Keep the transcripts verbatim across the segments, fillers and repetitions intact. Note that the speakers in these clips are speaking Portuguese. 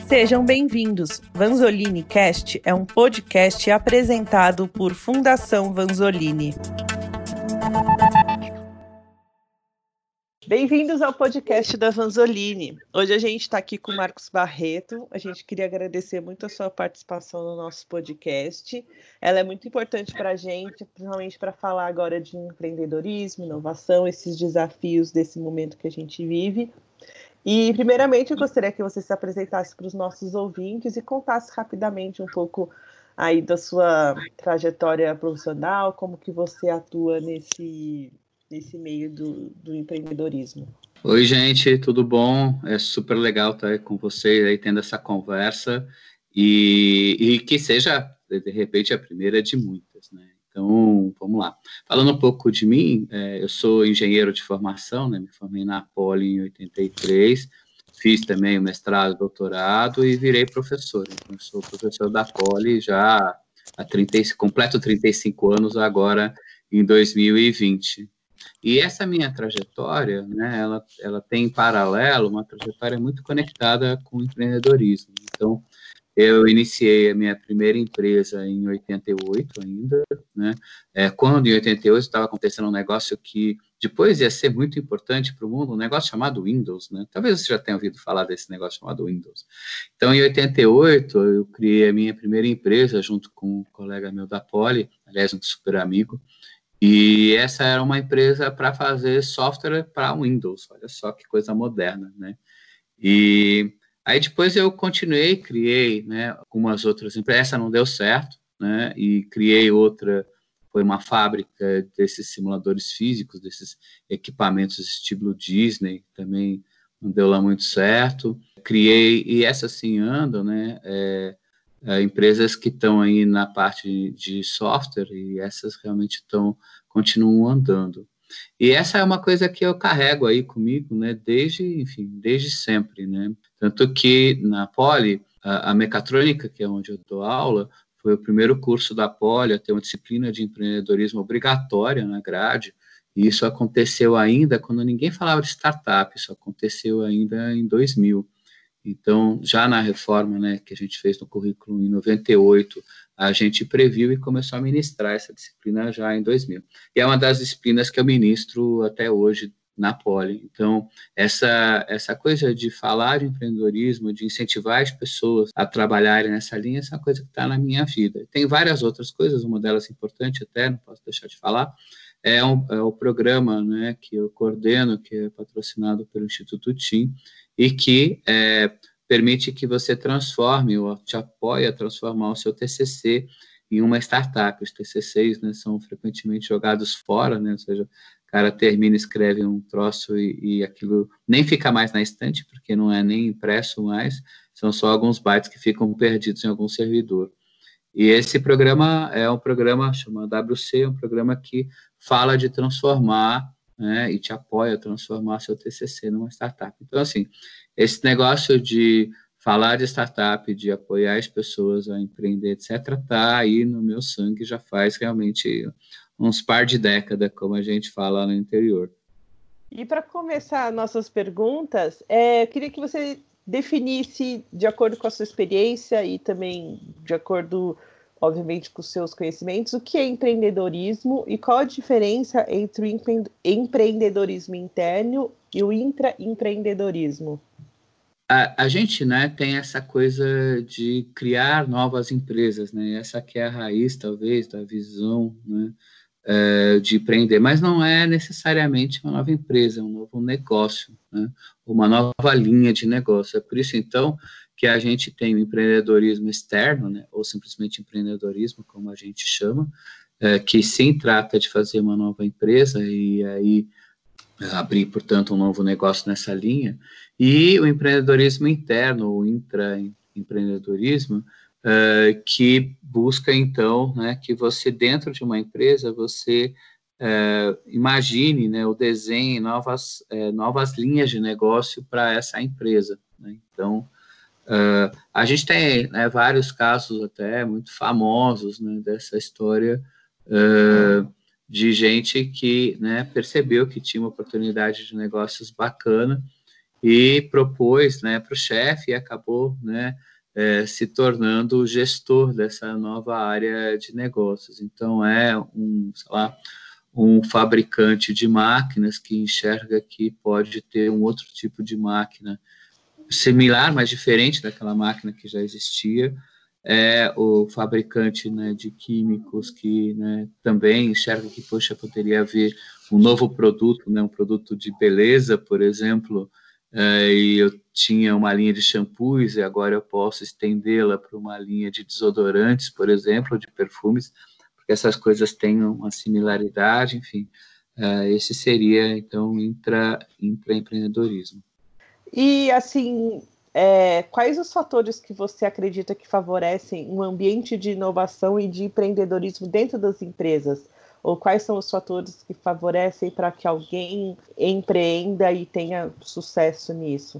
Sejam bem-vindos. Vanzolini Cast é um podcast apresentado por Fundação Vanzolini. Bem-vindos ao podcast da Vanzolini. Hoje a gente está aqui com o Marcos Barreto. A gente queria agradecer muito a sua participação no nosso podcast. Ela é muito importante para a gente, principalmente para falar agora de empreendedorismo, inovação, esses desafios desse momento que a gente vive. E, primeiramente, eu gostaria que você se apresentasse para os nossos ouvintes e contasse rapidamente um pouco aí da sua trajetória profissional, como que você atua nesse, nesse meio do, do empreendedorismo. Oi, gente, tudo bom? É super legal estar aí com vocês, aí tendo essa conversa e, e que seja, de repente, a primeira de muitas, né? Então, vamos lá. Falando um pouco de mim, é, eu sou engenheiro de formação, né? Me formei na Poli em oitenta e três, fiz também o mestrado, doutorado e virei professor. Então, eu sou professor da Poli já há trinta, completo trinta e cinco anos agora em dois mil e vinte. E essa minha trajetória, né, ela, ela tem em paralelo uma trajetória muito conectada com o empreendedorismo. Então, eu iniciei a minha primeira empresa em oitenta e oito ainda, né, é, quando em oitenta e oito estava acontecendo um negócio que depois ia ser muito importante para o mundo, um negócio chamado Windows, né, talvez você já tenha ouvido falar desse negócio chamado Windows. Então, em oitenta e oito, eu criei a minha primeira empresa junto com um colega meu da Poli, aliás, um super amigo, e essa era uma empresa para fazer software para Windows, olha só que coisa moderna, né? E aí depois eu continuei, criei, né, algumas outras empresas, essa não deu certo, né, e criei outra, foi uma fábrica desses simuladores físicos, desses equipamentos estilo Disney, também não deu lá muito certo. Criei, e essas sim andam, né, é, é, empresas que estão aí na parte de software, e essas realmente estão, continuam andando. E essa é uma coisa que eu carrego aí comigo, né, desde, enfim, desde sempre, né, tanto que na Poli, a, a mecatrônica, que é onde eu dou aula, foi o primeiro curso da Poli a ter uma disciplina de empreendedorismo obrigatória na grade, e isso aconteceu ainda quando ninguém falava de startup, isso aconteceu ainda em dois mil. Então, já na reforma, né, que a gente fez no currículo em noventa e oito, a gente previu e começou a ministrar essa disciplina já em dois mil. E é uma das disciplinas que eu ministro até hoje na Poli. Então, essa, essa coisa de falar de empreendedorismo, de incentivar as pessoas a trabalharem nessa linha, essa é uma coisa que está na minha vida. Tem várias outras coisas, uma delas importante até, não posso deixar de falar, é, um, é o programa, né, que eu coordeno, que é patrocinado pelo Instituto TIM, e que é, permite que você transforme, ou te apoie a transformar o seu T C C em uma startup. Os T C Cs, né, são frequentemente jogados fora, né, ou seja, o cara termina, escreve um troço e, e aquilo nem fica mais na estante, porque não é nem impresso mais, são só alguns bytes que ficam perdidos em algum servidor. E esse programa é um programa chamado W C, um programa que fala de transformar, né, e te apoia a transformar seu T C C numa startup. Então, assim, esse negócio de falar de startup, de apoiar as pessoas a empreender, etcétera, está aí no meu sangue já faz realmente uns par de décadas, como a gente fala no interior. E para começar nossas perguntas, é, eu queria que você definisse, de acordo com a sua experiência e também de acordo, obviamente, com os seus conhecimentos, o que é empreendedorismo e qual a diferença entre o empre- empreendedorismo interno e o intraempreendedorismo. A, a gente, né, tem essa coisa de criar novas empresas, né? Essa que é a raiz, talvez, da visão, né, é, de empreender, mas não é necessariamente uma nova empresa, é um novo negócio, né? Uma nova linha de negócio. É por isso, então, que a gente tem o empreendedorismo externo, né, ou simplesmente empreendedorismo, como a gente chama, é, que sim trata de fazer uma nova empresa e aí abrir, portanto, um novo negócio nessa linha, e o empreendedorismo interno, o intraempreendedorismo, uh, que busca, então, né, que você, dentro de uma empresa, você uh, imagine, né, ou desenhe novas, uh, novas linhas de negócio para essa empresa, né? Então, uh, a gente tem, né, vários casos até muito famosos, né, dessa história, uh, de gente que, né, percebeu que tinha uma oportunidade de negócios bacana e propôs, né, para o chefe e acabou, né, é, se tornando o gestor dessa nova área de negócios. Então, é um, sei lá, um fabricante de máquinas que enxerga que pode ter um outro tipo de máquina similar, mas diferente daquela máquina que já existia. É o fabricante, né, de químicos que, né, também enxerga que, poxa, poderia haver um novo produto, né, um produto de beleza, por exemplo, é, e eu tinha uma linha de shampoos e agora eu posso estendê-la para uma linha de desodorantes, por exemplo, de perfumes, porque essas coisas têm uma similaridade, enfim. É, esse seria, então, intra, intraempreendedorismo. E, assim, é, quais os fatores que você acredita que favorecem um ambiente de inovação e de empreendedorismo dentro das empresas? Ou quais são os fatores que favorecem para que alguém empreenda e tenha sucesso nisso?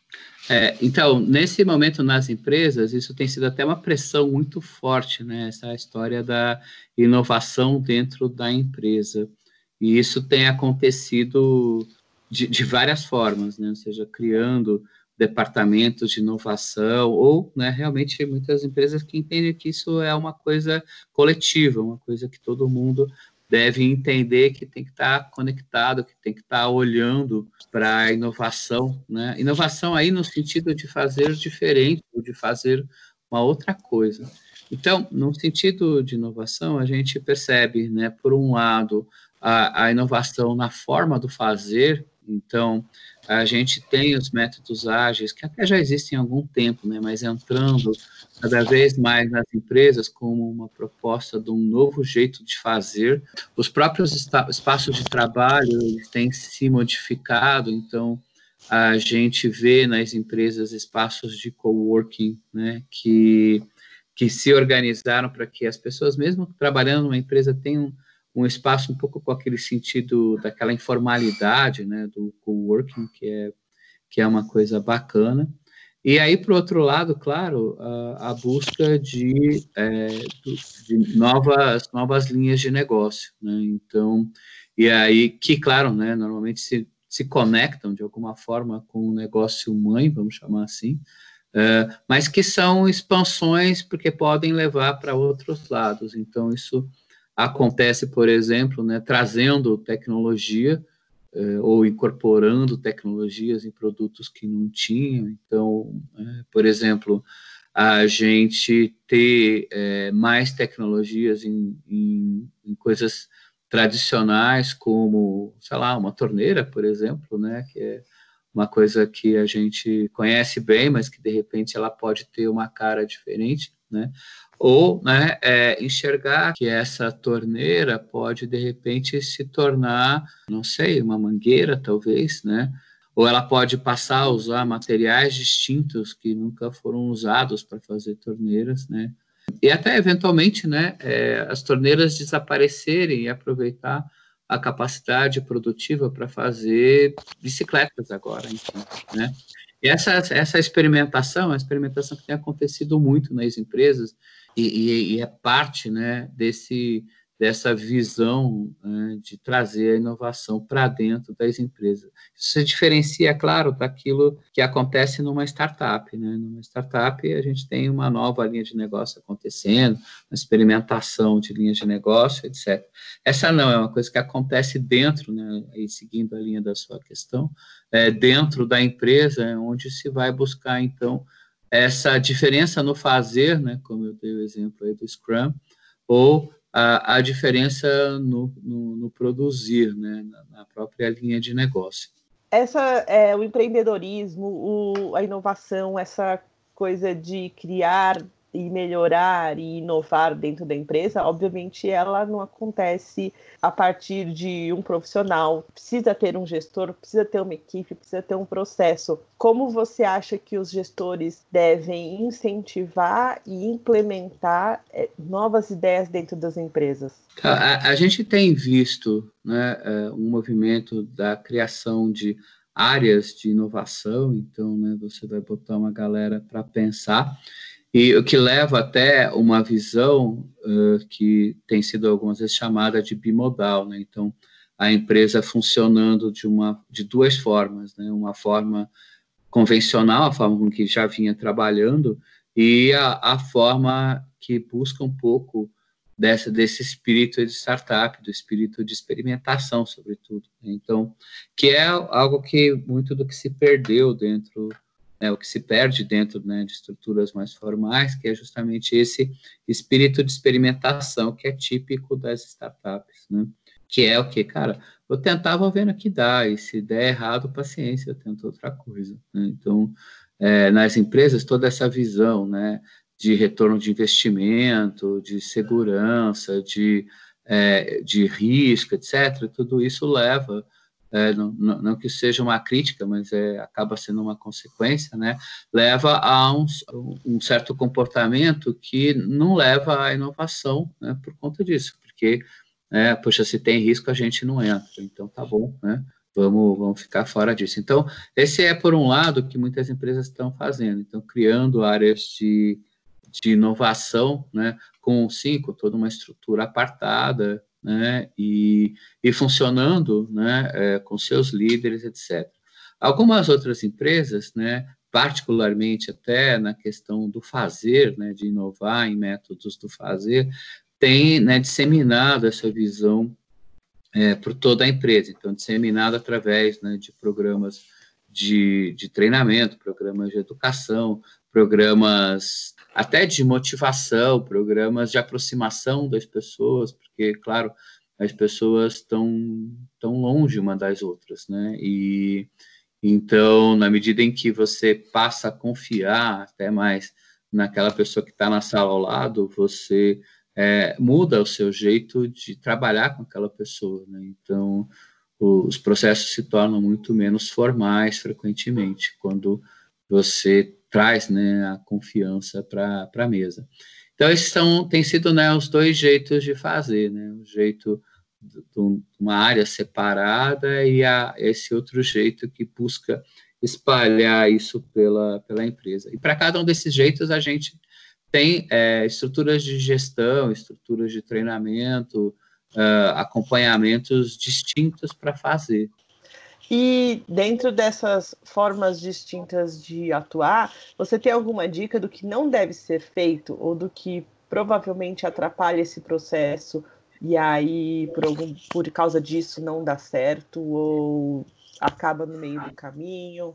É, então, nesse momento nas empresas, isso tem sido até uma pressão muito forte, né? Essa história da inovação dentro da empresa. E isso tem acontecido de, de várias formas, né? Ou seja, criando departamentos de inovação, ou, né, realmente muitas empresas que entendem que isso é uma coisa coletiva, uma coisa que todo mundo deve entender que tem que estar conectado, que tem que estar olhando para a inovação, né? Inovação aí no sentido de fazer diferente, ou de fazer uma outra coisa. Então, no sentido de inovação, a gente percebe, né, por um lado, a, a inovação na forma do fazer. Então, a gente tem os métodos ágeis, que até já existem há algum tempo, né, mas entrando cada vez mais nas empresas como uma proposta de um novo jeito de fazer. Os próprios espaços de trabalho eles têm se modificado, então a gente vê nas empresas espaços de coworking, né, que, que se organizaram para que as pessoas, mesmo trabalhando numa empresa, tenham um espaço um pouco com aquele sentido daquela informalidade, né, do coworking, que é, que é uma coisa bacana. E aí, por outro lado, claro, a, a busca de, é, de novas, novas linhas de negócio, né? Então, e aí, que, claro, né, normalmente se, se conectam de alguma forma com o negócio mãe, vamos chamar assim, é, mas que são expansões porque podem levar para outros lados. Então, isso acontece, por exemplo, né, trazendo tecnologia, ou incorporando tecnologias em produtos que não tinham. Então, é, por exemplo, a gente ter é, mais tecnologias em, em, em coisas tradicionais, como, sei lá, uma torneira, por exemplo, né, que é uma coisa que a gente conhece bem, mas que, de repente, ela pode ter uma cara diferente, né? Ou, né, é, enxergar que essa torneira pode, de repente, se tornar, não sei, uma mangueira, talvez, né? Ou ela pode passar a usar materiais distintos que nunca foram usados para fazer torneiras, né? E até, eventualmente, né, é, as torneiras desaparecerem e aproveitar a capacidade produtiva para fazer bicicletas agora, enfim, né? E essa, essa experimentação, a experimentação que tem acontecido muito nas empresas, e, e, e é parte, né, desse, dessa visão, né, de trazer a inovação para dentro das empresas. Isso se diferencia, claro, daquilo que acontece numa startup, né? Numa startup, a gente tem uma nova linha de negócio acontecendo, uma experimentação de linhas de negócio, etcétera. Essa não, é uma coisa que acontece dentro, né, aí seguindo a linha da sua questão, é, dentro da empresa, onde se vai buscar, então, essa diferença no fazer, né, como eu dei o exemplo aí do Scrum, ou a, a diferença no, no, no produzir, né, na, na própria linha de negócio. Essa é o empreendedorismo, o, a inovação, essa coisa de criar e melhorar e inovar dentro da empresa, obviamente ela não acontece a partir de um profissional. Precisa ter um gestor, precisa ter uma equipe, precisa ter um processo. Como você acha que os gestores devem incentivar e implementar é, novas ideias dentro das empresas? A, a gente tem visto, né, um movimento da criação de áreas de inovação, então, né, você vai botar uma galera para pensar, e o que leva até uma visão uh, que tem sido algumas vezes chamada de bimodal, né? Então, a empresa funcionando de, uma, de duas formas, né? Uma forma convencional, a forma com que já vinha trabalhando, e a, a forma que busca um pouco dessa, desse espírito de startup, do espírito de experimentação, sobretudo. Então, que é algo que muito do que se perdeu dentro, né, o que se perde dentro, né, de estruturas mais formais, que é justamente esse espírito de experimentação que é típico das startups, né? Que é o que, cara, vou tentar, vou vendo que dá, e se der errado, paciência, eu tento outra coisa, né? Então, é, nas empresas, toda essa visão, né, de retorno de investimento, de segurança, de, é, de risco, etcétera, tudo isso leva, é, não, não, não que seja uma crítica, mas é, acaba sendo uma consequência, né, leva a um, um certo comportamento que não leva à inovação, né, por conta disso, porque É, poxa, se tem risco, a gente não entra. Então, tá bom, né? Vamos, vamos ficar fora disso. Então, esse é, por um lado, que muitas empresas estão fazendo. Então, criando áreas de, de inovação, né? Com, sim, com toda uma estrutura apartada, né? E, e funcionando, né? É, com seus líderes, etcétera. Algumas outras empresas, né? Particularmente até na questão do fazer, né? De inovar em métodos do fazer, tem, né, disseminado essa visão é, por toda a empresa. Então, disseminado através, né, de programas de, de treinamento, programas de educação, programas até de motivação, programas de aproximação das pessoas, porque, claro, as pessoas estão tão longe uma das outras, né? E então, na medida em que você passa a confiar até mais naquela pessoa que está na sala ao lado, você é, muda o seu jeito de trabalhar com aquela pessoa, né? Então, o, os processos se tornam muito menos formais frequentemente, quando você traz, né, a confiança para a mesa. Então, esses são, têm sido, né, os dois jeitos de fazer, né? O jeito de uma área separada e a, esse outro jeito que busca espalhar isso pela, pela empresa. E para cada um desses jeitos, a gente tem é, estruturas de gestão, estruturas de treinamento, uh, acompanhamentos distintos para fazer. E dentro dessas formas distintas de atuar, você tem alguma dica do que não deve ser feito ou do que provavelmente atrapalha esse processo e aí por, algum, por causa disso não dá certo ou acaba no meio do caminho?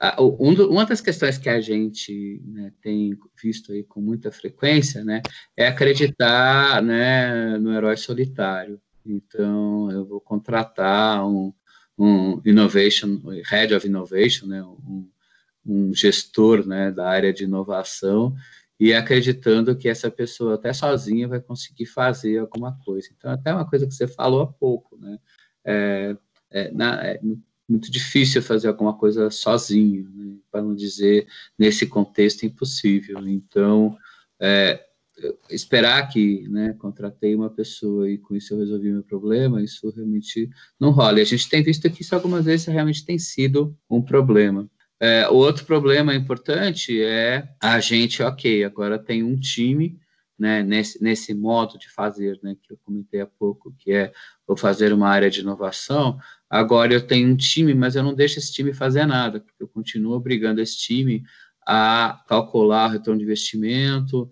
Um do, uma das questões que a gente, né, tem visto aí com muita frequência, né, é acreditar, né, no herói solitário. Então, eu vou contratar um, um innovation, head of innovation, né, um, um gestor, né, da área de inovação, e acreditando que essa pessoa até sozinha vai conseguir fazer alguma coisa. Então, até uma coisa que você falou há pouco, né, é, é, na, é, muito difícil fazer alguma coisa sozinho, né? Para não dizer, nesse contexto, impossível. Então, é, esperar que, né, contratei uma pessoa e com isso eu resolvi meu problema, isso realmente não rola. E a gente tem visto que isso algumas vezes realmente tem sido um problema. É, o outro problema importante é a gente, ok, agora tem um time, né, nesse, nesse modo de fazer, né, que eu comentei há pouco, que é vou fazer uma área de inovação. Agora eu tenho um time, mas eu não deixo esse time fazer nada, porque eu continuo obrigando esse time a calcular o retorno de investimento,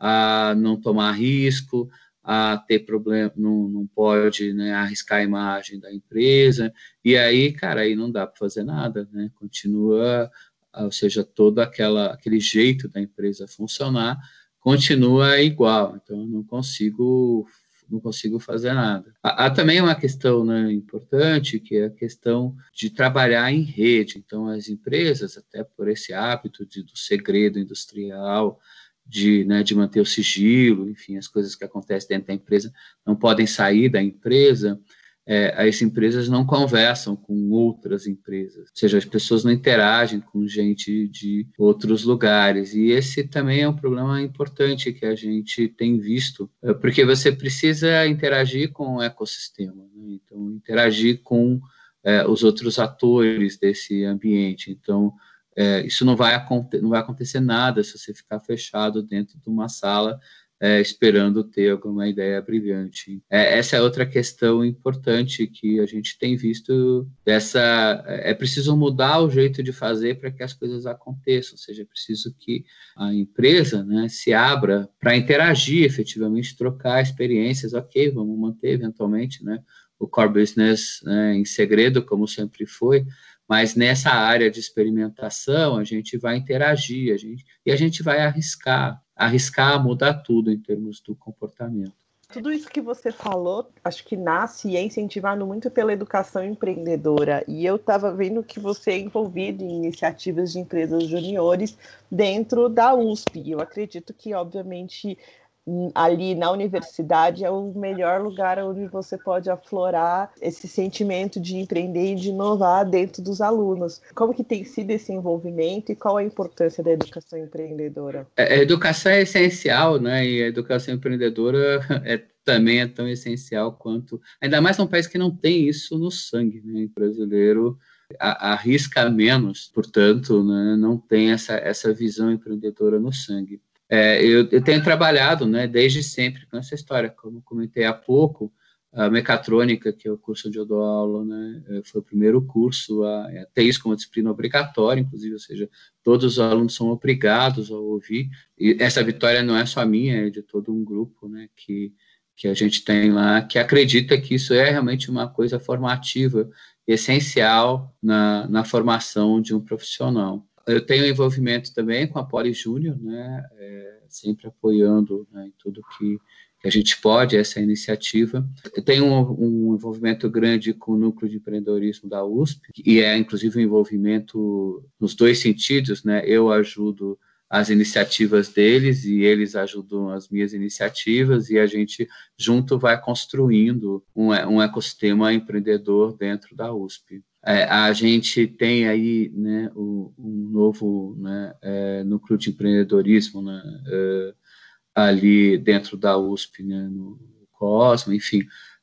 a não tomar risco, a ter problema, não, não pode, né, arriscar a imagem da empresa, e aí, cara, aí não dá para fazer nada, né? Continua, ou seja, todo aquela, aquele jeito da empresa funcionar continua igual, então eu não consigo não consigo fazer nada. Há, há também uma questão, né, importante, que é a questão de trabalhar em rede. Então, as empresas, até por esse hábito de, do segredo industrial, de, né, de manter o sigilo, enfim, as coisas que acontecem dentro da empresa não podem sair da empresa, é, as empresas não conversam com outras empresas, ou seja, as pessoas não interagem com gente de outros lugares, e esse também é um problema importante que a gente tem visto, porque você precisa interagir com o ecossistema, né? Então, interagir com é, os outros atores desse ambiente, então, é, isso não vai, não vai acontecer nada se você ficar fechado dentro de uma sala é, esperando ter alguma ideia brilhante. É, essa é outra questão importante que a gente tem visto, dessa, é preciso mudar o jeito de fazer para que as coisas aconteçam, ou seja, é preciso que a empresa, né, se abra para interagir efetivamente, trocar experiências, ok, vamos manter eventualmente, né, o core business, né, em segredo, como sempre foi, mas nessa área de experimentação a gente vai interagir, a gente, e a gente vai arriscar, arriscar mudar tudo em termos do comportamento. Tudo isso que você falou, acho que nasce e é incentivado muito pela educação empreendedora. E eu estava vendo que você é envolvido em iniciativas de empresas juniores dentro da U S P. Eu acredito que, obviamente, ali na universidade é o melhor lugar onde você pode aflorar esse sentimento de empreender e de inovar dentro dos alunos. Como que tem sido esse envolvimento e qual a importância da educação empreendedora? A educação é essencial, né? E a educação empreendedora é, também é tão essencial quanto... Ainda mais num país que não tem isso no sangue, né? O brasileiro arrisca menos, portanto, né, não tem essa, essa visão empreendedora no sangue. É, eu, eu tenho trabalhado, né, desde sempre com essa história, como comentei há pouco, a mecatrônica, que é o curso onde eu dou aula, né, foi o primeiro curso a, a ter isso como disciplina obrigatória, inclusive, ou seja, todos os alunos são obrigados a ouvir, e essa vitória não é só minha, é de todo um grupo, né, que, que a gente tem lá, que acredita que isso é realmente uma coisa formativa, essencial na, na formação de um profissional. Eu tenho envolvimento também com a Poli Júnior, né, é, sempre apoiando, né, em tudo que, que a gente pode, essa iniciativa. Eu tenho um, um envolvimento grande com o Núcleo de Empreendedorismo da U S P, e é, inclusive, um envolvimento nos dois sentidos, né, eu ajudo as iniciativas deles e eles ajudam as minhas iniciativas e a gente junto vai construindo um, um ecossistema empreendedor dentro da U S P. É, a gente tem aí, né, o, um novo, né, é, núcleo de empreendedorismo, né, é, ali dentro da U S P, né, no Cosmo, enfim,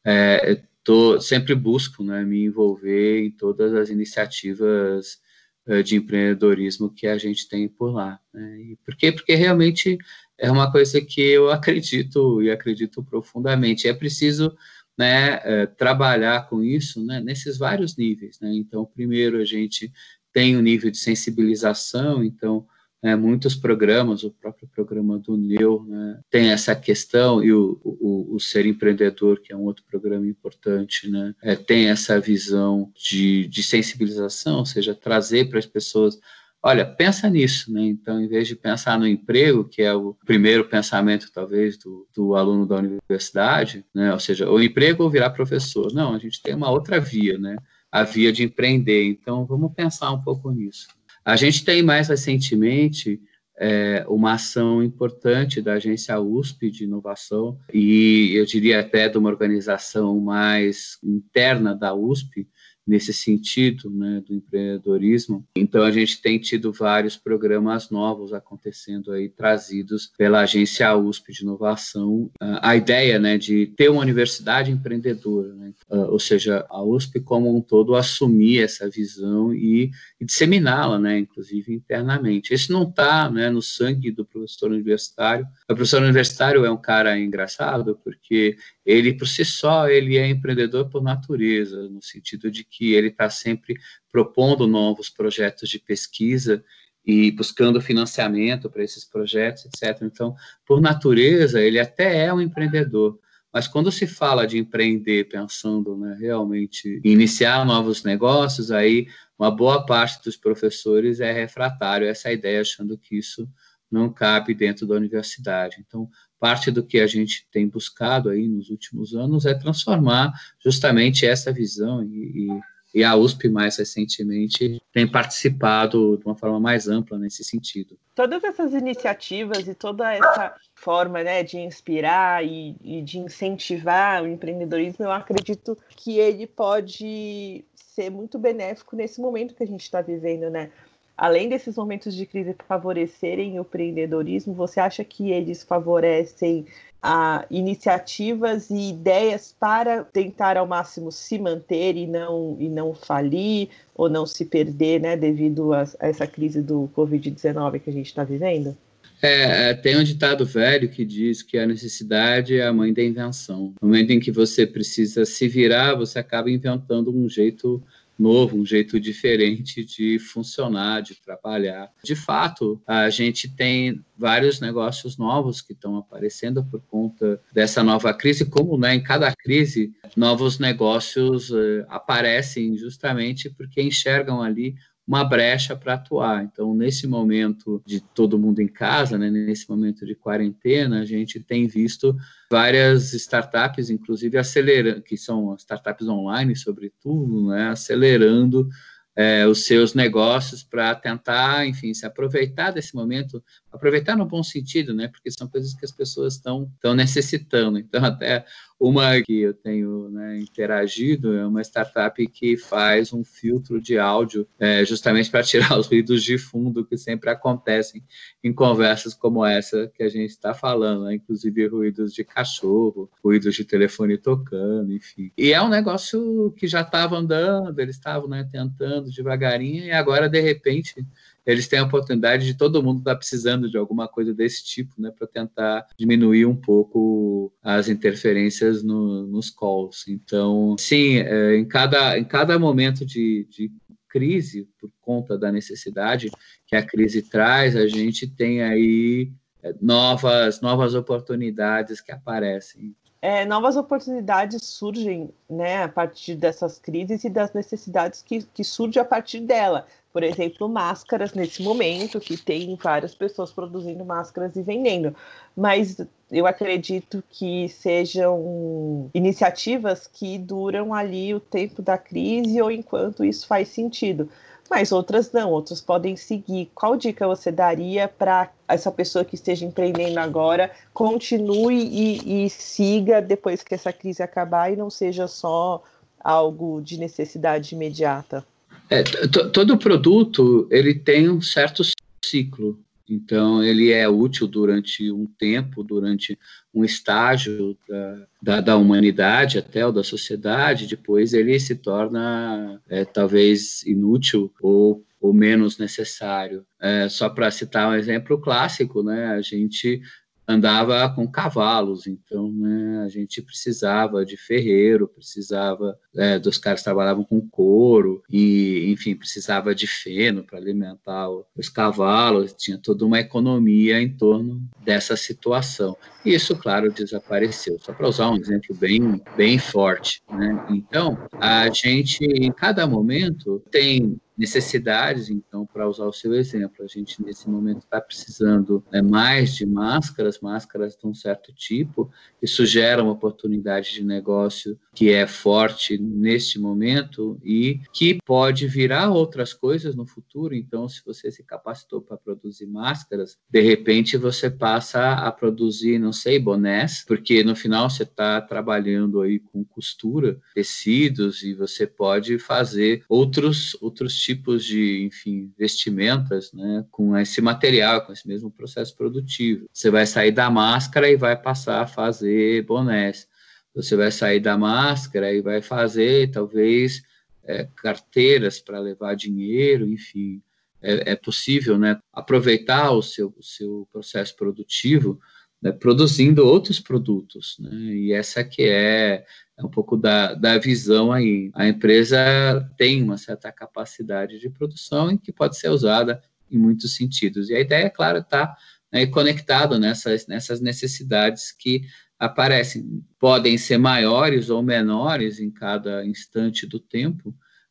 é, tô, sempre busco, né, me envolver em todas as iniciativas é, de empreendedorismo que a gente tem por lá. Né? E por quê? Porque realmente é uma coisa que eu acredito e acredito profundamente. É preciso, né, é, trabalhar com isso, né, nesses vários níveis. Né? Então, primeiro, a gente tem um nível de sensibilização, então, é, muitos programas, o próprio programa do N E U, né, tem essa questão, e o, o, o Ser Empreendedor, que é um outro programa importante, né, é, tem essa visão de, de sensibilização, ou seja, trazer para as pessoas, olha, pensa nisso, né? Então, em vez de pensar no emprego, que é o primeiro pensamento, talvez, do, do aluno da universidade, né? Ou seja, o emprego ou virar professor. Não, a gente tem uma outra via, né? A via de empreender. Então, vamos pensar um pouco nisso. A gente tem mais recentemente é, uma ação importante da agência U S P de inovação e eu diria até de uma organização mais interna da U S P, nesse sentido, né, do empreendedorismo. Então, a gente tem tido vários programas novos acontecendo aí, trazidos pela agência U S P de inovação. A ideia, né, de ter uma universidade empreendedora, né, ou seja, a U S P como um todo assumir essa visão e, e disseminá-la, né, inclusive internamente. Isso não está, né, no sangue do professor universitário. O professor universitário é um cara engraçado, porque ele, por si só, ele é empreendedor por natureza, no sentido de que ele está sempre propondo novos projetos de pesquisa e buscando financiamento para esses projetos, etcétera. Então, por natureza, ele até é um empreendedor. Mas quando se fala de empreender pensando, né, realmente em iniciar novos negócios, aí uma boa parte dos professores é refratário a essa ideia, achando que isso não cabe dentro da universidade. Então, parte do que a gente tem buscado aí nos últimos anos é transformar justamente essa visão e, e, e a U S P mais recentemente tem participado de uma forma mais ampla nesse sentido. Todas essas iniciativas e toda essa forma, né, de inspirar e, e de incentivar o empreendedorismo, eu acredito que ele pode ser muito benéfico nesse momento que a gente está vivendo, né? Além desses momentos de crise favorecerem o empreendedorismo, você acha que eles favorecem a iniciativas e ideias para tentar ao máximo se manter e não, e não falir ou não se perder, né, devido a, a essa crise do covid dezenove que a gente está vivendo? É, é, tem um ditado velho que diz que a necessidade é a mãe da invenção. No momento em que você precisa se virar, você acaba inventando um jeito novo, um jeito diferente de funcionar, de trabalhar. De fato, a gente tem vários negócios novos que estão aparecendo por conta dessa nova crise, como, né, em cada crise, novos negócios uh, aparecem justamente porque enxergam ali uma brecha para atuar. Então, nesse momento de todo mundo em casa, né, nesse momento de quarentena, a gente tem visto várias startups, inclusive acelerando, que são startups online, sobretudo, né, acelerando é, os seus negócios para tentar, enfim, se aproveitar desse momento, aproveitar no bom sentido, né, porque são coisas que as pessoas estão estão necessitando. Então, até uma que eu tenho, né, interagido é uma startup que faz um filtro de áudio é, justamente para tirar os ruídos de fundo que sempre acontecem em conversas como essa que a gente está falando, né? Inclusive ruídos de cachorro, ruídos de telefone tocando, enfim. E é um negócio que já estava andando, eles estavam, né, tentando devagarinho, e agora, de repente, eles têm a oportunidade de todo mundo estar precisando de alguma coisa desse tipo, né, para tentar diminuir um pouco as interferências no, nos calls. Então, sim, é, em, cada, em cada momento de, de crise, por conta da necessidade que a crise traz, a gente tem aí novas, novas oportunidades que aparecem. É, novas oportunidades surgem, né, a partir dessas crises e das necessidades que, que surgem a partir dela. Por exemplo, máscaras nesse momento, que tem várias pessoas produzindo máscaras e vendendo. Mas eu acredito que sejam iniciativas que duram ali o tempo da crise ou enquanto isso faz sentido. Mas outras não, outras podem seguir. Qual dica você daria para essa pessoa que esteja empreendendo agora continue e, e siga depois que essa crise acabar e não seja só algo de necessidade imediata? É, todo produto ele tem um certo ciclo. Então, ele é útil durante um tempo, durante um estágio da, da, da humanidade até, ou da sociedade, depois ele se torna é, talvez inútil ou, ou menos necessário. É, só para citar um exemplo clássico, né, a gente andava com cavalos, então, né, a gente precisava de ferreiro, precisava é, dos caras que trabalhavam com couro e, enfim, precisava de feno para alimentar os cavalos, tinha toda uma economia em torno dessa situação. E isso, claro, desapareceu, só para usar um exemplo bem, bem forte, né? Então, a gente, em cada momento, tem necessidades, então, para usar o seu exemplo, a gente nesse momento está precisando é, mais de máscaras, máscaras de um certo tipo, isso gera uma oportunidade de negócio que é forte neste momento e que pode virar outras coisas no futuro. Então, se você se capacitou para produzir máscaras, de repente você passa a produzir, não sei, bonés, porque no final você está trabalhando aí com costura, tecidos, e você pode fazer outros, outros tipos de, enfim, vestimentas, né, com esse material, com esse mesmo processo produtivo. Você vai sair da máscara e vai passar a fazer bonés. Você vai sair da máscara e vai fazer, talvez, é, carteiras para levar dinheiro, enfim. É, é possível, né, aproveitar o seu, o seu processo produtivo, né, produzindo outros produtos, né, e essa que é É um pouco da, da visão aí. A empresa tem uma certa capacidade de produção e que pode ser usada em muitos sentidos. E a ideia, é claro, está, né, conectada nessas, nessas necessidades que aparecem. Podem ser maiores ou menores em cada instante do tempo,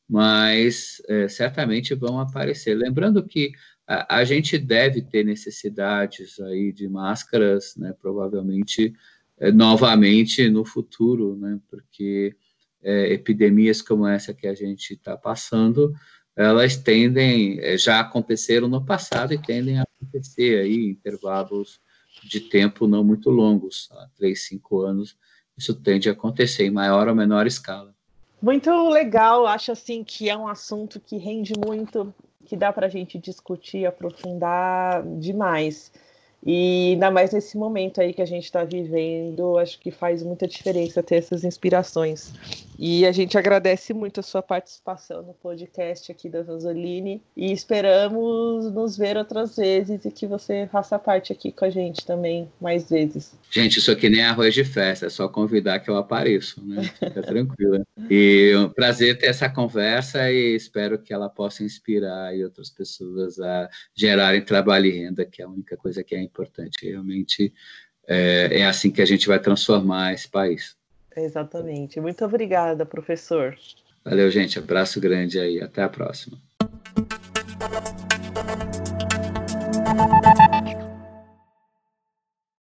mas é, certamente vão aparecer. Lembrando que a, a gente deve ter necessidades aí de máscaras, né, provavelmente novamente no futuro, né? Porque é, epidemias como essa que a gente está passando, elas tendem, já aconteceram no passado e tendem a acontecer aí em intervalos de tempo não muito longos, há três, cinco anos, isso tende a acontecer em maior ou menor escala. Muito legal, acho assim que é um assunto que rende muito, que dá para a gente discutir, aprofundar demais. E ainda mais nesse momento aí que a gente está vivendo, acho que faz muita diferença ter essas inspirações. E a gente agradece muito a sua participação no podcast aqui da Vanzolini e esperamos nos ver outras vezes e que você faça parte aqui com a gente também mais vezes. Gente, isso aqui nem arroz de festa, é só convidar que eu apareço, né? Fica tranquila. E é um prazer ter essa conversa e espero que ela possa inspirar aí outras pessoas a gerarem trabalho e renda, que é a única coisa que é importante. Realmente é, é assim que a gente vai transformar esse país. Exatamente. Muito obrigada, professor. Valeu, gente. Abraço grande aí. Até a próxima.